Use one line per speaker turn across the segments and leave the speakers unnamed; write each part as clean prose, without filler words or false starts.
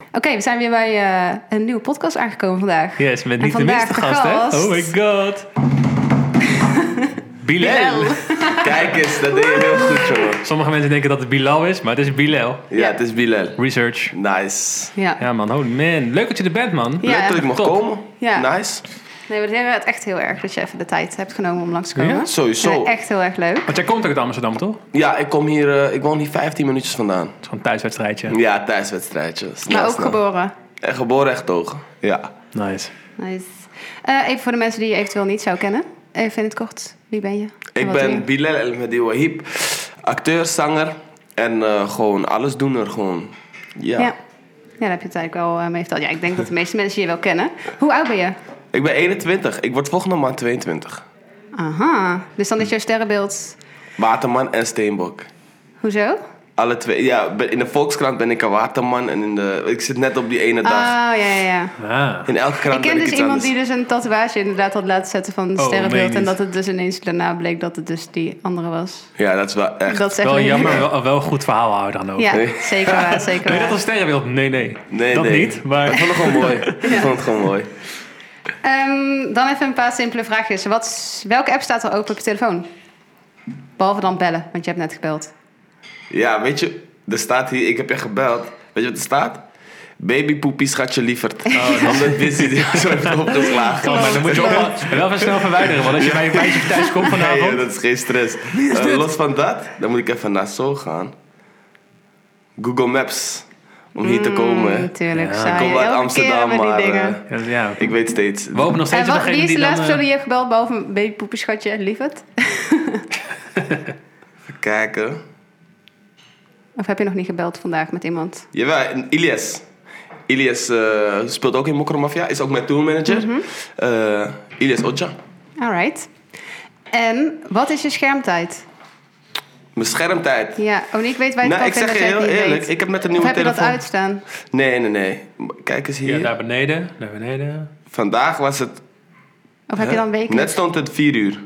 Oké, we zijn weer bij een nieuwe podcast aangekomen vandaag.
Yes, met niet de minste gast, hè? Oh my god. Bilal.
Kijk eens, dat deed je heel goed, joh.
Sommige mensen denken dat het Bilal is, maar het is Bilal.
Ja, het is Bilal.
Research.
Nice.
Ja man, holy man. Leuk dat je er bent, man.
Ja,
leuk dat ik mag komen.
Ja.
Nice.
Nee, we waarderen het echt heel erg dat je even de tijd hebt genomen om langs te komen.
Ja?
Sowieso.
Echt heel erg leuk.
Want jij komt ook uit Amsterdam, toch?
Ja, ik kom hier, ik woon hier 15 minuutjes vandaan.
Het is gewoon een thuiswedstrijdje.
Ja, thuiswedstrijdje.
Maar ook geboren.
En geboren echt togen. Ja.
Nice.
Nice. Even voor de mensen die je eventueel niet zou kennen. Even in het kort, wie ben je? En
Ik
wat doe je?
ben Bilal El Mehdi Wahib. Acteur, zanger. En gewoon allesdoener gewoon. Ja.
Ja, daar heb je het eigenlijk wel mee verteld. Ja, ik denk dat de meeste mensen je wel kennen. Hoe oud ben je?
Ik ben 21. Ik word volgende maand 22.
Aha. Dus dan is jouw sterrenbeeld...
Waterman en Steenbok.
Hoezo?
Alle twee. Ja, in de Volkskrant ben ik een waterman. En ik zit net op die ene dag.
Oh, ja.
Ah.
In elke krant
Ik
ben
ken
ik
dus
iets
iemand
anders.
die dus een tatoeage inderdaad had laten zetten van het
Oh,
sterrenbeeld.
meen je
En
niet?
dat het dus ineens daarna bleek dat het dus die andere was.
Ja, dat is wel echt.
Dat is echt
Wel
een-
jammer, wel een goed verhaal houden dan over.
Ja,
Nee.
zeker waar, zeker
Wil je dat
waar.
als sterrenbeeld? Nee.
Nee,
dat
nee.
niet, maar...
Ik vond het gewoon mooi. Ik vond het gewoon mooi.
Dan even een paar simpele vraagjes. Welke app staat er open op je telefoon? Behalve dan bellen, want je hebt net gebeld.
Ja, weet je, er staat hier, ik heb je gebeld. Weet je wat er staat? Babypoepie, schatje lieverd. Omdat Busy die zo heeft opgeslagen.
Oh, maar dan moet je ook wel even snel verwijderen. Want als je bij je meisje thuis komt vanavond...
Nee, dat is geen stress. Los van dat, dan moet ik even naar zo gaan. Google Maps. Om hier te komen.
Natuurlijk,
Ja.
saai.
Ik kom uit
Elke
Amsterdam,
keer met die
maar
dingen.
Ja,
ik weet steeds.
we hopen nog steeds
En
op
wie
degene
is de
die
laatste persoon
dan...
die je hebt gebeld, behalve een babypoepenschatje, lieverd?
Even kijken.
Of heb je nog niet gebeld vandaag met iemand?
Jawel, Ilias. Ilias speelt ook in Mokromafia. Is ook mijn tourmanager. Ilias Otja.
Alright. En wat is je schermtijd?
Mijn schermtijd.
Ja, ik weet waar je het
Nou,
kan
ik zeg je
vinden als
heel
jij het niet
eerlijk.
weet.
Ik heb net een
Of
nieuwe
heb je
telefoon.
dat uitstaan?
Nee. Kijk eens hier.
Ja, daar beneden.
Vandaag was het...
Of heb je dan weken?
Net stond het 4 uur.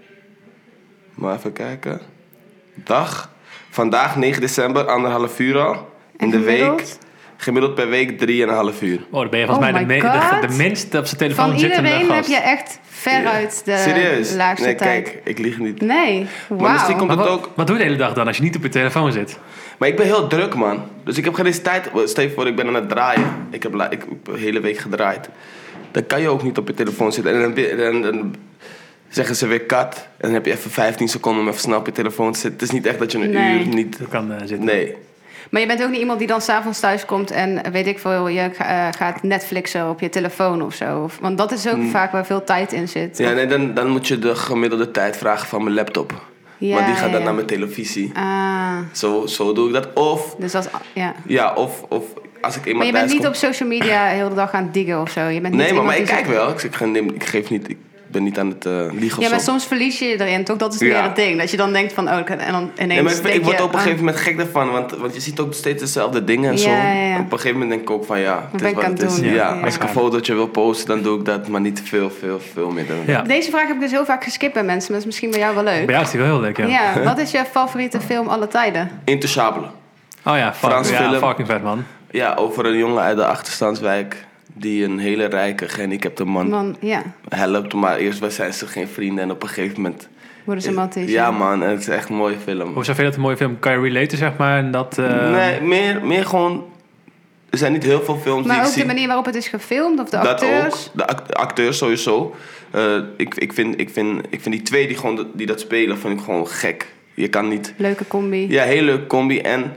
Maar even kijken. Dag. Vandaag 9 december, 1,5 uur al. In de week.
gemiddeld?
Gemiddeld per week 3,5 uur.
Oh, dan ben je volgens
Oh
mij
my
de
God.
minste op zijn telefoon
Van
zittende
iedereen heb
gast.
je echt veruit de
Serieus?
laagste
Nee,
tijd.
kijk. Ik lieg niet.
Nee,
Maar misschien
wauw.
komt
Maar
het
wat,
ook...
wat doe je de hele dag dan als je niet op je telefoon zit?
Maar ik ben heel druk, man. Dus ik heb geen eens tijd. Stel je voor, ik ben aan het draaien. Ik heb de hele week gedraaid. Dan kan je ook niet op je telefoon zitten. En dan zeggen ze weer cut. En dan heb je even 15 seconden om even snel op je telefoon te zitten. Het is niet echt dat je een
Nee.
uur niet...
Je kan zitten.
Nee.
Maar je bent ook niet iemand die dan s'avonds thuis komt en weet ik veel, je gaat Netflixen op je telefoon of zo. Want dat is ook vaak waar veel tijd in zit.
Ja, nee, dan moet je de gemiddelde tijd vragen van mijn laptop.
Ja,
Want die gaat dan
ja.
naar mijn televisie.
Ah,
Zo doe ik dat. Of,
dus dat is, ja.
ja, of als ik eenmaal
Maar je bent
thuis
niet
kom...
op social media heel de dag aan het diggen of zo. Je bent niet
Nee, maar
iemand
ik
die
kijk
zegt-
wel. Ik ben niet aan het liegen
Ja,
of
maar
zo.
soms verlies je je erin, toch? Dat is
Ja.
meer het ding. Dat je dan denkt van, en dan ineens
Nee, maar ik
denk
word
je,
op een gegeven moment gek daarvan. Want je ziet ook steeds dezelfde dingen en
Ja,
zo.
ja, ja.
Op een gegeven moment denk ik ook van ja, het
ben
is
ik
wat
aan
het
het
is.
doen?
Ja,
Ja.
als ik een fotootje wil posten, dan doe ik dat. Maar niet veel meer dan dat.
Ja.
Deze vraag heb ik dus heel vaak geskipt bij mensen. Maar dat is misschien bij jou wel leuk.
Bij jou is die wel heel leuk, ja.
Ja, wat is je favoriete film alle tijden?
Intouchable.
Oh ja,
Frans film.
fucking vet, man.
Ja, over een jongen uit de achterstandswijk die een hele rijke, gehandicapte man
Man, ja,
helpt. Maar eerst zijn ze geen vrienden en op een gegeven moment...
worden ze romantisch.
Ja man, het is echt een mooie film.
Hoe vind je dat een mooie film? Kan je relaten, zeg maar? En dat,
Nee, meer gewoon... Er zijn niet heel veel films
Maar
die
ook
ik zie.
de manier waarop het is gefilmd of de
Dat
acteurs?
ook. De acteurs sowieso. Ik vind die twee die dat spelen, vind ik gewoon gek. Je kan niet...
Leuke combi.
Ja, heel leuke combi. En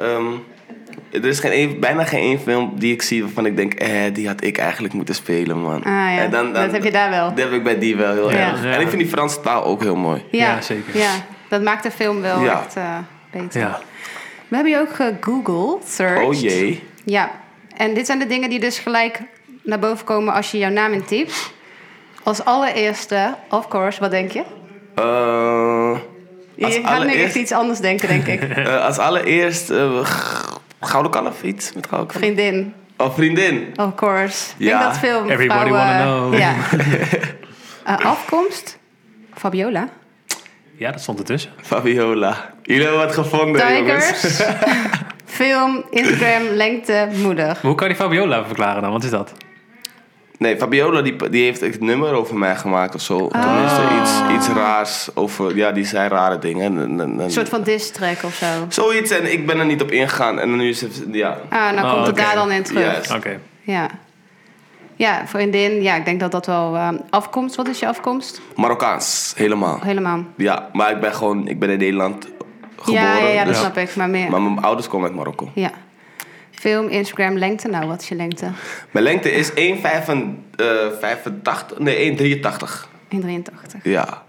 er is bijna geen één film die ik zie waarvan ik denk... die had ik eigenlijk moeten spelen, man.
Ah ja,
En
dat heb je daar wel.
Dat heb ik bij die wel heel
Ja.
erg.
Ja.
En ik vind die Franse taal ook heel mooi.
Ja, zeker.
Ja, dat maakt de film wel
Ja.
echt beter.
Ja.
We hebben je ook gegoogeld, searched.
Oh jee.
Ja, en dit zijn de dingen die dus gelijk naar boven komen als je jouw naam intypt. Als allereerste, of course, wat denk je?
Als
Je gaat nu echt
allereerst-
iets anders denken, denk ik.
als allereerst... Gouden kalf iets met gouden kalf.
Vriendin,
Oh, vriendin.
of course. Ik
Ja.
denk dat veel
Everybody
vrouwen...
wanna know.
Ja. Afkomst? Fabiola.
Ja, dat stond ertussen.
Fabiola. Jullie hebben wat gevonden, jongens.
Tigers. Film, Instagram, lengte, moeder.
Maar hoe kan je die Fabiola verklaren dan? Wat is dat?
Nee, Fabiola die heeft het nummer over mij gemaakt of zo. Toen is er iets raars over... Ja, die zei rare dingen.
Een soort van diss track of zo.
Zoiets en ik ben er niet op ingegaan. En nu is het... Ja.
Nou komt het
oké.
daar dan in terug.
Yes.
Oké.
Ja. Ja, vriendin. Ja, ik denk dat dat wel... afkomst, wat is je afkomst?
Marokkaans, helemaal.
Helemaal.
Ja, maar ik ben in Nederland geboren.
Ja, dat
dus-
snap ik. Maar meer...
Maar mijn ouders komen uit Marokko.
Ja. Film, Instagram, lengte. Nou, wat is je lengte?
Mijn lengte is 1,85... Nee, 1,83.
1,83.
Ja.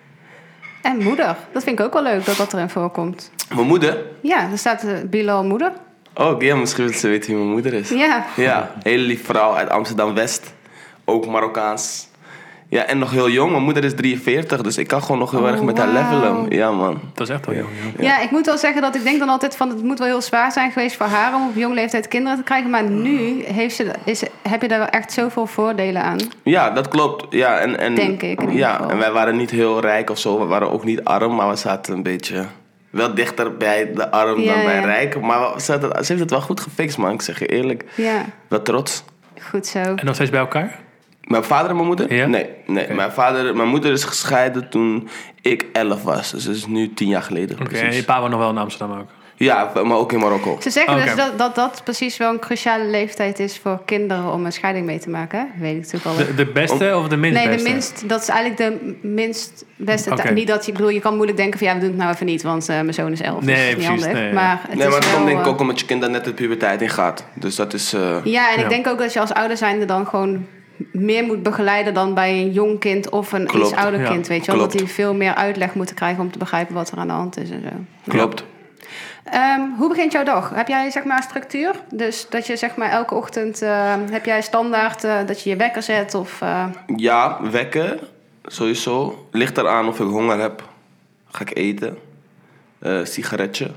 En moeder. Dat vind ik ook wel leuk dat dat erin voorkomt.
Mijn moeder...
Ja, er staat Bilal moeder.
Oh, ja, misschien wil ze weten wie mijn moeder is.
Ja.
Ja, hele lief vrouw uit Amsterdam-West. Ook Marokkaans. Ja, en nog heel jong. Mijn moeder is 43, dus ik kan gewoon nog heel erg met haar
wauw.
levelen. Ja, man.
Dat is echt wel jong. Ja.
Ja, ik moet wel zeggen dat ik denk dan altijd van... het moet wel heel zwaar zijn geweest voor haar... om op jonge leeftijd kinderen te krijgen. Maar nu heb je daar wel echt zoveel voordelen aan.
Ja, dat klopt. Ja, en,
Denk ik in ieder
Ja,
geval.
en wij waren niet heel rijk of zo. We waren ook niet arm, maar we zaten een beetje... Wel dichter bij de arm
Ja,
dan bij
ja.
rijk. Maar ze heeft het wel goed gefixt, man. Ik zeg je eerlijk.
Ja,
Wel trots.
goed zo.
En nog steeds bij elkaar?
Mijn vader en mijn moeder?
Ja?
Nee.
Oké.
Mijn moeder is gescheiden toen ik 11 was. Dus dat is nu 10 jaar geleden.
Oké, en
precies.
je pa was nog wel in Amsterdam ook?
Ja, maar ook in Marokko.
Ze zeggen
Oké.
dus dat precies wel een cruciale leeftijd is... voor kinderen om een scheiding mee te maken. Hè? Weet ik toevallig.
De beste of de minst
Nee,
beste?
de minst, dat is eigenlijk de minst beste
Oké.
tijd. Niet dat je, ik bedoel, je kan moeilijk denken van ja, we doen het nou even niet, want mijn zoon is 11.
Nee,
dus dat is niet
precies,
handig.
nee.
Maar het
Nee,
is
maar dat
wel,
komt denk ik ook omdat je kind dan net de puberteit in gaat. Dus dat is...
Ja, en
Ja.
ik denk ook dat je als ouder zijnde dan gewoon meer moet begeleiden dan bij een jong kind of een
Klopt.
iets ouder
Ja.
kind, weet je wel.
Klopt.
Dat die veel meer uitleg moeten krijgen om te begrijpen wat er aan de hand is en zo.
Klopt.
Hoe begint jouw dag? Heb jij zeg maar een structuur? Dus dat je zeg maar elke ochtend, heb jij standaard dat je je wekker zet of...
Ja, wekken. Sowieso. Ligt eraan of ik honger heb. Ga ik eten. Sigaretje.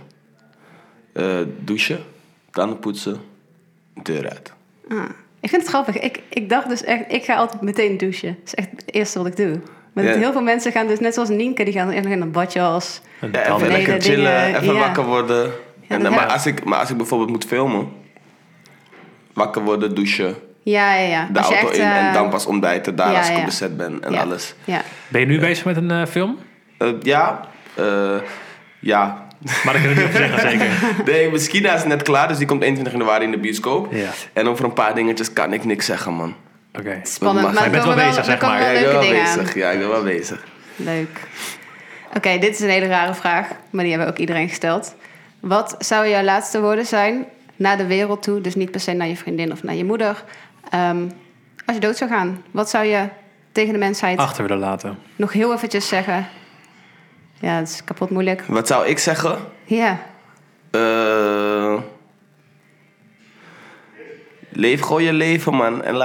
Douchen. Tanden poetsen. Deur uit.
Ik vind het grappig. Ik dacht dus echt, ik ga altijd meteen douchen. Dat is echt het eerste wat ik doe. Maar
Ja.
heel veel mensen gaan dus net zoals Nienke, die gaan in een badjas.
Een
Ja,
tanden.
even lekker chillen.
dingen,
Even
ja.
wakker worden.
dat
maar,
heb-
als ik bijvoorbeeld moet filmen. Wakker worden, douchen.
Ja.
De
Als je
auto
echt,
in. En dan pas ontbijten. Daar
ja,
als ik
ja.
op de set ben. En
ja.
alles.
Ja.
Ben je nu bezig met een film?
Ja. Ja.
Maar dat kan ik niet op zeggen, zeker.
Nee, misschien is net klaar. Dus die komt 21 januari in de bioscoop.
Ja.
En over een paar dingetjes kan ik niks zeggen, man.
Oké.
Spannend.
Maar
Maar
je bent
er
wel
komen
bezig, zeg
er komen
maar.
wel
ik ben
leuke
wel
dingen
bezig.
aan.
Ja, ik ben wel bezig.
Leuk. Oké, dit is een hele rare vraag. Maar die hebben ook iedereen gesteld. Wat zou jouw laatste woorden zijn naar de wereld toe? Dus niet per se naar je vriendin of naar je moeder. Als je dood zou gaan, wat zou je tegen de mensheid
Achter willen laten.
nog heel eventjes zeggen? Ja, het is kapot moeilijk.
Wat zou ik zeggen?
Ja,
Leef gewoon je leven, man. En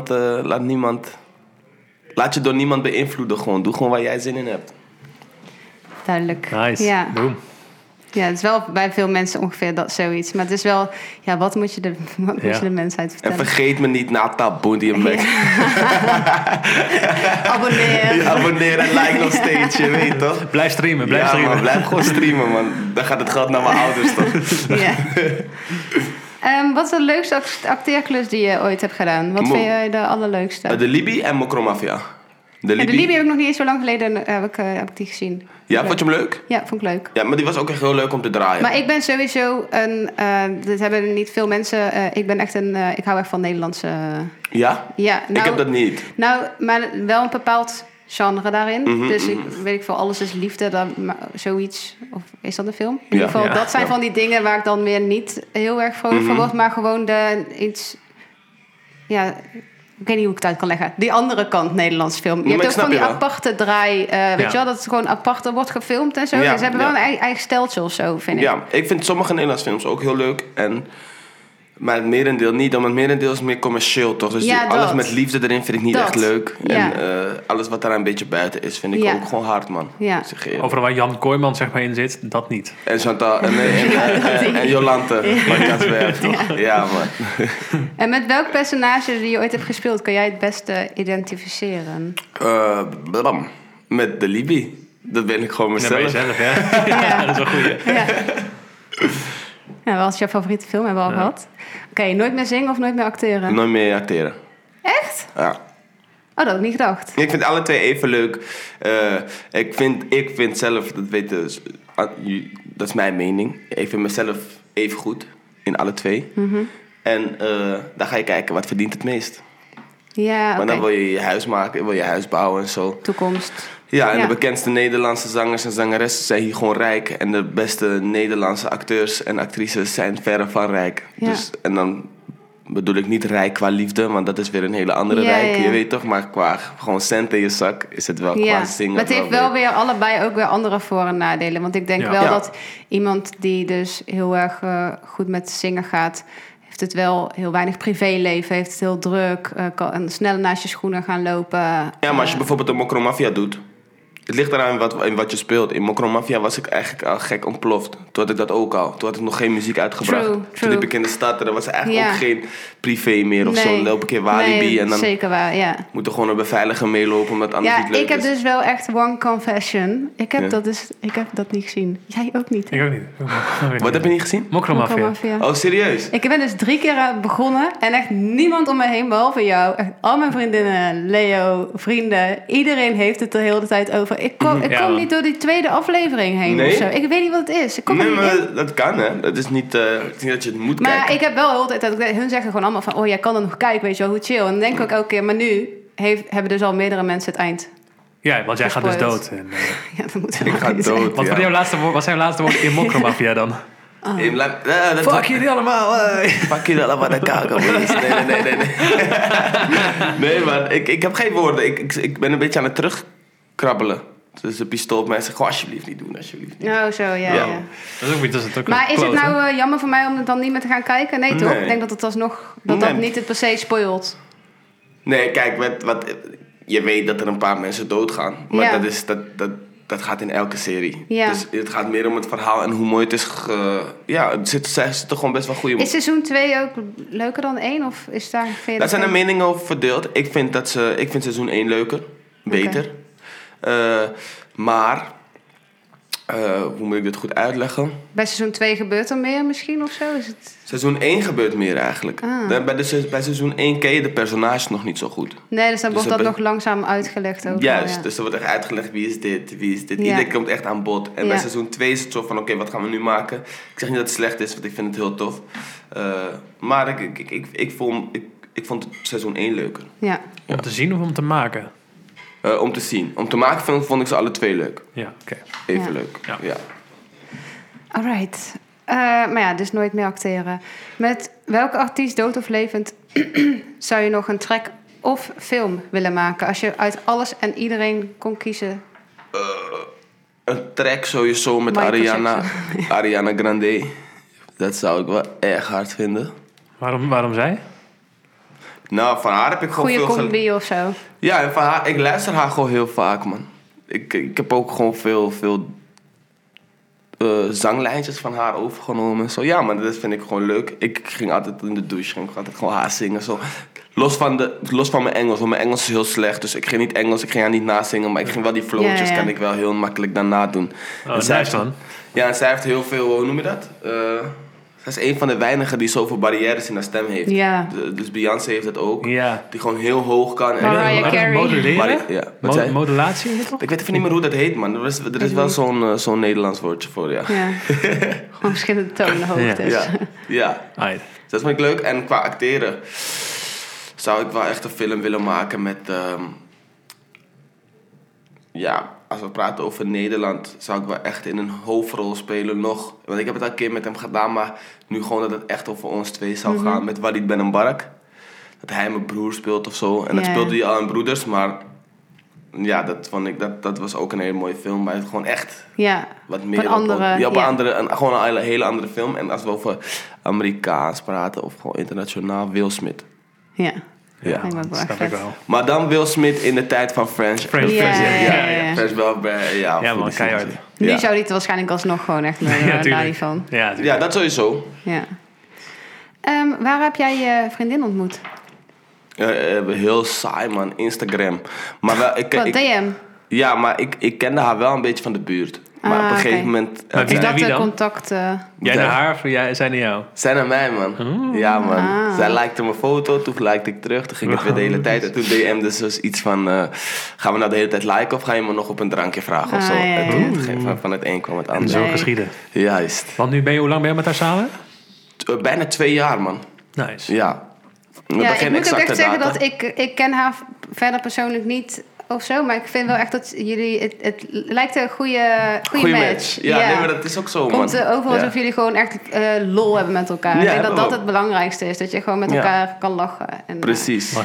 laat je door niemand beïnvloeden, gewoon. Doe gewoon waar jij zin in hebt.
duidelijk.
Nice.
Ja.
Boom.
Ja, het is wel bij veel mensen ongeveer dat zoiets. Maar het is wel, ja, wat moet je de mensheid
En
vertellen?
vergeet me niet na taboe die je maakt.
Abonneer.
Abonneer en like nog steeds, je weet toch?
Blijf streamen, blijf
Ja,
streamen.
man, blijf gewoon streamen, man. Dan gaat het geld naar mijn ouders, toch?
Ja. Wat is de leukste acteerklus die je ooit hebt gedaan? Wat vind jij de allerleukste?
De Libi en Mokromafia. De
Ja, de Libi heb ik nog niet eens zo lang geleden heb ik die gezien.
Ja, vond je hem leuk?
Ja, vond ik leuk.
Ja, maar die was ook echt heel leuk om te draaien.
Maar ik ben sowieso een... dit hebben niet veel mensen... ik ben echt een... ik hou echt van Nederlandse...
Ja?
ja, nou,
Ik heb dat niet.
Nou, maar wel een bepaald genre daarin.
Mhm,
Dus ik weet ik veel, alles is liefde, zoiets. Of is dat een film? In ieder geval,
Ja.
dat zijn
Ja.
van die dingen waar ik dan weer niet heel erg vrolijk van word. Maar gewoon iets... Ja, ik weet niet hoe ik het uit kan leggen. Die andere kant Nederlands film. Je
Maar
hebt
ik
ook
snap
van die
je wel.
aparte draai. Weet
Ja.
je wel, dat het gewoon apart wordt gefilmd en zo.
Ja,
Dus ze hebben
ja.
wel een eigen steltje of zo, vind ik.
Ja, ik vind sommige Nederlandse films ook heel leuk. Maar het merendeel niet, want het merendeel is meer commercieel, toch? Dus
Ja,
alles
dat.
met liefde erin vind ik niet
Dat.
echt leuk.
Ja.
En alles wat daar een beetje buiten is, vind ik
Ja.
ook gewoon hard, man.
Ja.
Ik zeg je eerlijk.
Overal waar Jan Kooijman zeg maar in zit, dat niet.
En Chantal en Jolante van Kansberg, toch? Ja, man.
En met welk personage die je ooit hebt gespeeld... kan jij het beste identificeren?
Blam. Met de Libi. Dat ben ik gewoon
Nee, bij
mezelf.
jezelf, ja. Ja, dat is wel goed.
Ja. Ja, wat is jouw favoriete film? Hebben we al gehad. Oké, nooit meer zingen of nooit meer acteren?
Nooit meer acteren.
Echt?
Ja.
Oh, dat had ik niet gedacht.
Ik vind alle twee even leuk. Ik vind zelf, dat weten, dat is mijn mening. Ik vind mezelf even goed in alle twee.
Mm-hmm.
En dan ga je kijken, wat verdient het meest?
Ja, oké.
Want dan wil je je huis maken, wil je huis bouwen en zo.
Toekomst.
Ja, en de bekendste Nederlandse zangers en zangeressen zijn hier gewoon rijk. En de beste Nederlandse acteurs en actrices zijn verre van rijk.
Ja.
Dus, en dan bedoel ik niet rijk qua liefde, want dat is weer een hele andere rijk.
Ja.
Je weet toch, maar qua gewoon cent in je zak is het wel qua zingen.
Maar het heeft wel weer allebei ook weer andere voor- en nadelen. Want ik denk wel
Ja.
dat iemand die dus heel erg goed met zingen gaat, heeft het wel heel weinig privéleven, heeft het heel druk, kan snel naast je schoenen gaan lopen.
Ja, maar als je bijvoorbeeld een Mokromafia doet, het ligt eraan in wat je speelt. In Mokromafia was ik eigenlijk al gek ontploft. Toen had ik dat ook al. Toen had ik nog geen muziek uitgebracht.
True.
Toen liep ik in de stad en er was eigenlijk ook geen privé meer of zo. Dan loop ik in Walibi
nee,
en dan
zeker waar, ja.
moet er gewoon een beveiliger meelopen omdat anders niet
Ja,
leuk
ik heb
is.
dus wel echt one confession. Ik heb
Ja.
dat niet gezien. Jij ook niet, hè?
Ik ook niet.
Wat heb je niet gezien?
Mokromafia.
Mokromafia.
Oh, serieus?
Ik ben dus 3 keer begonnen en echt niemand om me heen, behalve jou. Echt al mijn vriendinnen, Leo, vrienden. Iedereen heeft het de hele tijd over. Ik kom niet door die tweede aflevering heen
Nee?
of zo. Ik weet niet wat het is. Ik kom er
Nee,
niet in.
maar dat kan hè. Dat is niet, het is niet dat je het moet
Maar
kijken.
ik heb wel de hele tijd... Hun zeggen gewoon allemaal van... Oh, jij kan er nog kijken, weet je wel, hoe chill. En dan denk ik ook elke keer... Maar nu hebben dus al meerdere mensen het eind.
Ja, want jij gaat dus
Gespoild.
dood. En,
Ja, dat moet
Ik ga
niet zijn.
dood.
wat was jouw laatste woord in Mokromafia dan? Fuck jullie allemaal.
Pak je allemaal de kaken. Nee. Nee, man. Ik heb geen woorden. Ik ben een beetje aan het terugkrabbelen. Dus de pistool op mij zegt, goh, alsjeblieft niet doen, alsjeblieft niet.
Oh, zo, ja.
Ja.
Dat is ook niet. Dat is ook
Maar is het
kloot, hè?
nou jammer voor mij om het dan niet meer te gaan kijken? Nee, toch?
Nee.
Ik denk dat het alsnog... Dat
Nee.
niet het per se spoilt.
Nee, kijk, je weet dat er een paar mensen doodgaan. Maar
Ja.
dat gaat in elke serie.
Ja.
Dus het gaat meer om het verhaal en hoe mooi het is. Er zitten gewoon best wel goede...
Is seizoen 2 ook leuker dan 1? Of is daar...
Daar zijn er meningen over verdeeld. Ik vind seizoen 1 leuker. Beter. Maar... hoe moet ik dit goed uitleggen?
Bij seizoen 2 gebeurt er meer misschien of zo? Is het...
Seizoen 1 gebeurt meer eigenlijk.
Ah.
Bij seizoen 1 ken je de personages nog niet zo goed.
Nee, dus dan
Dus
wordt
dat
dat nog langzaam uitgelegd ook.
Juist,
Ja.
dus er wordt echt uitgelegd wie is dit.
Ja.
Iedereen komt echt aan bod. En bij
Ja.
seizoen 2 is het zo van, oké, wat gaan we nu maken? Ik zeg niet dat het slecht is, want ik vind het heel tof. Maar ik vond het seizoen 1 leuker.
Ja.
Om te zien of om te maken?
Om te zien. Om te maken vond ik ze alle twee leuk.
Ja, oké.
Even
Ja.
leuk.
Ja.
Ja.
Alright. Maar ja, dus nooit meer acteren. Met welke artiest, dood of levend, zou je nog een track of film willen maken? Als je uit alles en iedereen kon kiezen.
Een track sowieso met
Michael
Ariana Grande. Dat zou ik wel erg hard vinden.
Waarom zij?
Nou, van haar heb ik gewoon
Goeie
veel...
combi of zo.
Ja, en van haar, ik luister haar gewoon heel vaak, man. Ik heb ook gewoon veel zanglijntjes van haar overgenomen. Zo, ja, man, dat vind ik gewoon leuk. Ik ging altijd in de douche, ging altijd gewoon haar zingen. Zo. Los van mijn Engels, want mijn Engels is heel slecht. Dus ik ging niet Engels, ik ging haar niet nazingen. Maar ik ging wel die flowtjes,
Ja.
kan ik wel heel makkelijk daarna doen.
Oh,
En zij
nice
heeft-
dan.
Ja, en zij heeft heel veel, hoe noem je dat? Zij is een van de weinigen die zoveel barrières in haar stem heeft.
Ja.
Dus Beyoncé heeft dat ook.
Ja.
Die gewoon heel hoog kan.
Mariah
Wat is
Carey.
modelleren?
Ja, wat zei je?
Modulatie is het toch?
Ik weet even niet meer hoe dat heet, man. Er is wel zo'n Nederlands woordje voor, ja.
Ja. Gewoon verschillende toonhoogtes.
Ja, ja.
Aight.
Dat vind ik leuk. En qua acteren zou ik wel echt een film willen maken met... als we praten over Nederland, zou ik wel echt in een hoofdrol spelen nog. Want ik heb het al een keer met hem gedaan, maar nu gewoon dat het echt over ons twee zou gaan. Met Walid Benenbark. Dat hij mijn broer speelt of zo. En dat
Ja.
speelde hij al in Broeders, maar... Ja, dat vond ik, dat was ook een hele mooie film. Maar gewoon echt
Ja.
wat meer
Een andere,
op
ja.
gewoon een hele andere film. En als we over Amerikaans praten of gewoon internationaal, Will Smith.
Ja.
Ja.
Lijkt me ook wel echt
Snap ik
vet.
wel.
Maar dan Will Smith in de tijd van French.
French
Ja,
Prince,
ja.
French Welfare, ja.
Ja,
voor
man,
die
keihard.
serie.
Nu
Ja.
zou die het waarschijnlijk alsnog gewoon echt naar
Ja, tuurlijk.
die van.
Ja, tuurlijk.
Ja, dat sowieso.
Ja. Waar heb jij je vriendin ontmoet?
Heel saai, man. Instagram. Maar wel,
Wat, DM?
ja, maar ik kende haar wel een beetje van de buurt. Maar op een gegeven moment...
Maar
Is dat
wie
de
dan?
contact...
Jij naar haar of zij naar jou?
Zij naar mij, man. Ja, man. Zij likte mijn foto, toen likte ik terug. Toen ging het weer de hele tijd. En toen DM'de ze dus iets van... gaan we nou de hele tijd liken of ga je me nog op een drankje vragen of zo? En toen van het een kwam het
En
ander.
zo geschieden.
Juist.
Want hoe lang ben je met haar samen?
Bijna 2 jaar, man.
Nice.
Ja, ik moet ook echt zeggen dat ik ken haar verder persoonlijk niet of zo. Maar ik vind wel echt dat jullie... Het lijkt een goede match.
Ja, nee, maar dat is ook zo, man.
Komt overal alsof jullie gewoon echt lol hebben met elkaar. Ik denk dat het belangrijkste is. Dat je gewoon met elkaar kan lachen. En,
precies.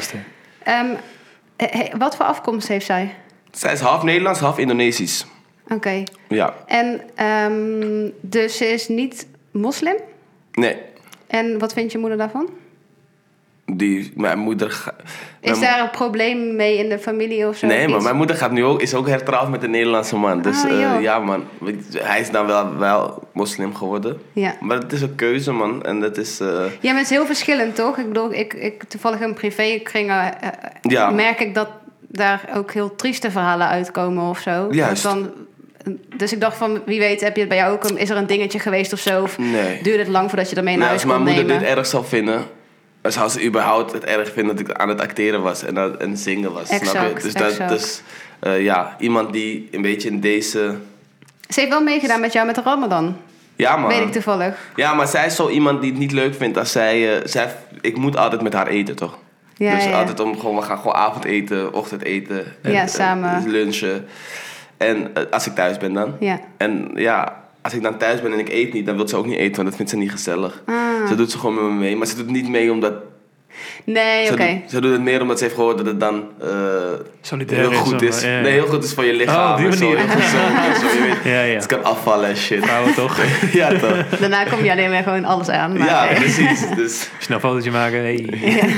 Wat voor afkomst heeft zij?
Zij is half Nederlands, half Indonesisch.
Oké.
Ja.
En dus ze is niet moslim?
Nee.
En wat vindt je moeder daarvan?
Mijn moeder...
Is daar een probleem mee in de familie of zo?
Nee, maar mijn moeder is ook hertrouwd met een Nederlandse man. Dus ja, man. Hij is dan wel moslim geworden.
Ja.
Maar het is een keuze, man. En dat is...
Ja, maar het is heel verschillend, toch? Ik bedoel, ik toevallig in privékringen merk ik dat daar ook heel trieste verhalen uitkomen of zo.
Juist.
Dus ik dacht van, wie weet, heb je het bij jou ook... Is er een dingetje geweest of zo? Of
nee.
Duurde het lang voordat je ermee naar huis kon nemen?
Als mijn moeder dit erg zou vinden... zou ze überhaupt het erg vinden dat ik aan het acteren was en zingen was.
Exact,
snap je? Dus iemand die een beetje in deze...
Ze heeft wel meegedaan met jou met de Ramadan.
Ja, man.
Weet ik toevallig.
Ja, maar zij is zo iemand die het niet leuk vindt als zij... ik moet altijd met haar eten, toch?
Ja,
dus
ja.
altijd we gaan gewoon avondeten, ochtendeten.
Samen.
Lunchen. En als ik thuis ben dan.
Ja.
En als ik dan thuis ben en ik eet niet, dan wil ze ook niet eten, want dat vindt ze niet gezellig. Ze doet ze gewoon met me mee, maar ze doet het niet mee omdat...
Nee, oké.
Ze doet het meer omdat ze heeft gehoord dat het dan heel goed is.
Ja.
Nee, heel goed is voor je lichaam.
Die
en zo,
manier.
heel gezond en zo, je weet.
Ja.
Het kan afvallen en shit.
Vrouwen toch?
Ja, toch.
Daarna kom je alleen maar gewoon alles aan. Maar
Ja, precies. Dus.
Snel een fotootje maken. Hey.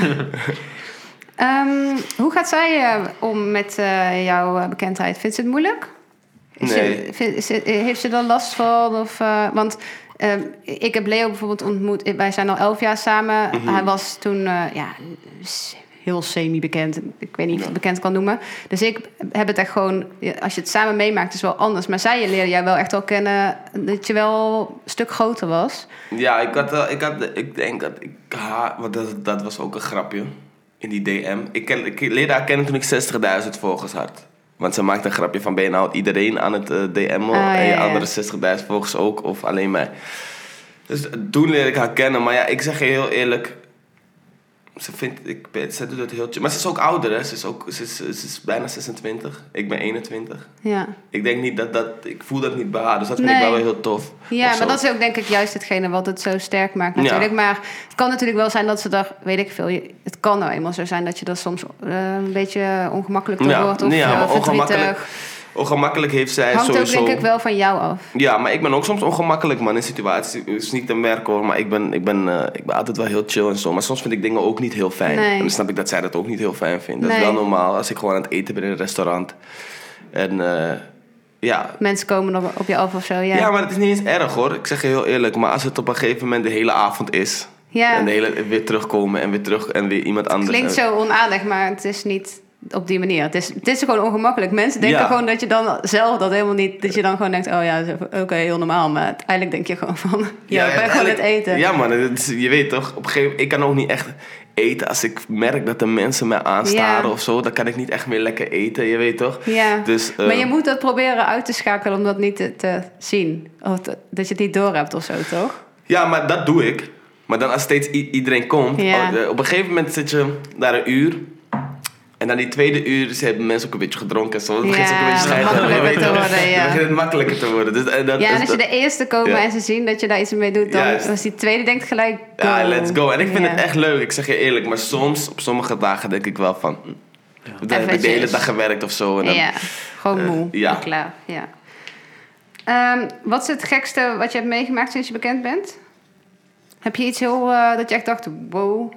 Hoe gaat zij om met jouw bekendheid? Vindt ze het moeilijk?
Nee.
Heeft ze er last van? Want ik heb Leo bijvoorbeeld ontmoet. Wij zijn al 11 jaar samen.
Mm-hmm.
Hij was toen heel semi-bekend. Ik weet niet of je het bekend kan noemen. Dus ik heb het echt gewoon... Als je het samen meemaakt, is wel anders. Maar zij leerde jij wel echt al kennen... dat je wel een stuk groter was.
Ja, ik denk dat want dat was ook een grapje. In die DM. Ik leerde haar kennen toen ik 60.000 volgers had. Want ze maakte een grapje van, ben je nou iedereen aan het DM'en? En je andere 60.000 volgers ook, of alleen mij. Dus toen leerde ik haar kennen. Maar ja, ik zeg je heel eerlijk... Ze doet het heel chill. Maar ze is ook ouder, hè. Ze is bijna 26. Ik ben 21.
Ja.
Ik denk niet ik voel dat niet bij haar. Dus dat vind ik wel heel tof.
Ja, maar dat is ook denk ik juist hetgene wat het zo sterk maakt natuurlijk. Ja. Maar het kan natuurlijk wel zijn dat ze daar, weet ik veel... Het kan nou eenmaal zo zijn dat je er soms een beetje ongemakkelijk door wordt. Of verdrietig.
Ongemakkelijk heeft zij
hangt
sowieso...
ook denk ik wel van jou af.
Ja, maar ik ben ook soms ongemakkelijk, man, in situaties. Het is niet te merken, hoor, maar ik ben altijd wel heel chill en zo. Maar soms vind ik dingen ook niet heel fijn.
Nee.
En dan snap ik dat zij dat ook niet heel fijn vindt. Dat is wel normaal als ik gewoon aan het eten ben in een restaurant. En
mensen komen er op je af of zo,
Ja, maar het is niet eens erg, hoor. Ik zeg je heel eerlijk. Maar als het op een gegeven moment de hele avond is...
Ja.
En weer terugkomen en weer terug en weer iemand anders...
Klinkt zo onaardig, maar het is niet... op die manier. Het is gewoon ongemakkelijk. Mensen denken gewoon dat je dan zelf dat helemaal niet... dat je dan gewoon denkt, oh ja, oké, heel normaal. Maar uiteindelijk denk je gewoon van... ik ben gewoon het eten.
Ja, man, je weet toch, op een gegeven moment... Ik kan ook niet echt eten als ik merk dat de mensen mij aanstaren of zo. Dan kan ik niet echt meer lekker eten, je weet toch?
Ja,
dus,
maar je moet dat proberen uit te schakelen om dat niet te zien. Of dat je het niet doorhebt of zo, toch?
Ja, maar dat doe ik. Maar dan als steeds iedereen komt... op een gegeven moment zit je daar een uur... En dan die tweede uur hebben mensen ook een beetje gedronken. Zo. Dan begint het ook een beetje scheiden. Dan begint het makkelijker te worden. Dus,
en als je de eerste komen en ze zien dat je daar iets mee doet... dan als die tweede denkt gelijk... Go.
Ja, let's go. En ik vind het echt leuk. Ik zeg je eerlijk. Maar soms, op sommige dagen denk ik wel van... Dan heb ik de hele dag gewerkt of zo. En dan,
gewoon moe. En klaar. Ja. Wat is het gekste wat je hebt meegemaakt sinds je bekend bent? Heb je iets heel... dat je echt dacht, wow...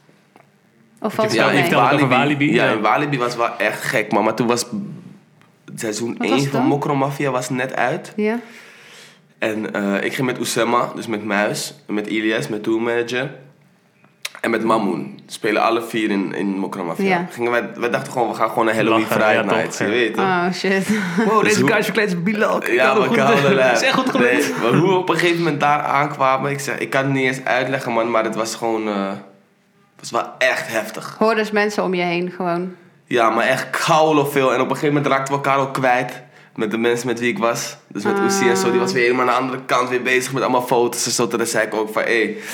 Of valt
in Walibi.
Ja, in Walibi was wel echt gek, man. Maar toen was seizoen 1 van Mokromafia was net uit.
Ja.
En ik ging met Oussama, dus met Muis, met Ilias, met tourmanager. En met Mamoen. Spelen alle 4 in Mokra Mafia.
Ja.
Wij dachten gewoon, we gaan gewoon een Halloween Friday Night. Je weet toch?
Oh, shit.
Wow, deze guy is verkleed als Bilal.
Ja, maar
dat is echt goed gelukt.
Nee, maar hoe we op een gegeven moment daar aankwamen... Ik kan het niet eens uitleggen, man. Maar het was gewoon... het was wel echt heftig.
Hoor dus mensen om je heen gewoon.
Ja, maar echt kauwelen veel. En op een gegeven moment raakten we elkaar ook kwijt. Met de mensen met wie ik was. Dus met Oesie en zo. Die was weer helemaal aan de andere kant weer bezig met allemaal foto's en zo. Toen zei ik ook van,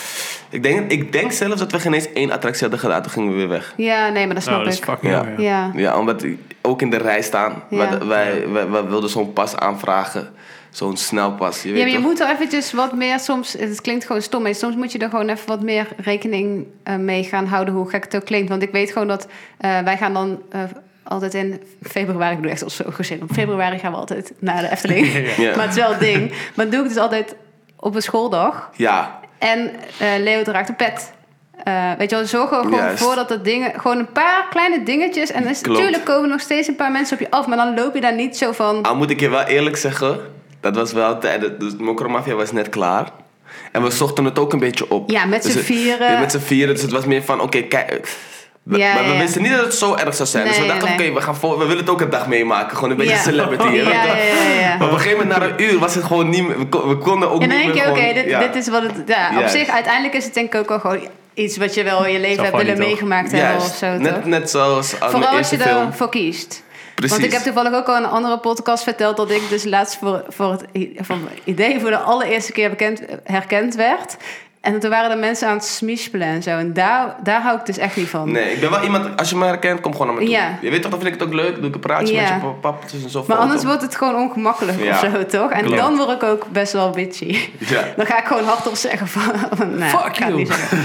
ik denk zelfs dat we geen eens 1 attractie hadden gedaan. Toen gingen we weer weg.
Ja, nee, maar dat snap
dat
ik.
is fucking
Ja, omdat ook in de rij staan.
Ja.
Wij wilden zo'n pas aanvragen. Zo'n snelpas. Je weet
Ja, maar je
toch?
moet er eventjes wat meer... Soms, het klinkt gewoon stom, maar soms moet je er gewoon even wat meer rekening mee gaan houden... hoe gek het ook klinkt. Want ik weet gewoon dat wij gaan dan... altijd in februari, ik doe echt al zo gezin. Op februari gaan we altijd naar de Efteling.
Ja.
Maar het is wel een ding. Maar dan doe ik het dus altijd op een schooldag.
Ja.
En Leo draagt een pet. Weet je wel, zorg er gewoon
Juist.
voor dat dat dingen... Gewoon een paar kleine dingetjes. En natuurlijk komen nog steeds een paar mensen op je af. Maar dan loop je daar niet zo van...
Al moet ik je wel eerlijk zeggen... Dat was wel tijdens... Dus Mokra Mafia was net klaar. En we zochten het ook een beetje op.
Ja, met z'n
Dus
vieren.
Ja, met z'n vieren. Dus het was meer van, oké, kijk... Maar we wisten niet dat het zo erg zou zijn. Dus we dachten, oké, we willen het ook een dag meemaken. Gewoon een beetje celebrity.
Ja.
Maar op een gegeven moment, na een uur, was het gewoon niet meer... We konden ook
En dan
niet
denk
meer
je, dit is wat het... Ja, op zich, uiteindelijk is het denk ik ook wel gewoon... iets wat je wel in je leven hebt willen meegemaakt hebben of zo, toch?
Net zoals
vooral als
eerste
je
film.
ervoor kiest.
Precies.
Want ik heb toevallig ook al in een andere podcast verteld... dat ik dus laatst voor het idee voor de allereerste keer herkend werd... En toen waren er mensen aan het smispelen en zo. En daar hou ik dus echt niet van.
Nee, ik ben wel iemand... Als je me herkent, kom gewoon naar me toe.
Ja.
Je weet toch, dan vind ik het ook leuk. Doe ik een praatje met je pappetjes en zo.
Maar anders wordt het gewoon ongemakkelijk of zo, toch? En dan word ik ook best wel bitchy. Ja. Dan ga ik gewoon hardop zeggen van... nou,
fuck you!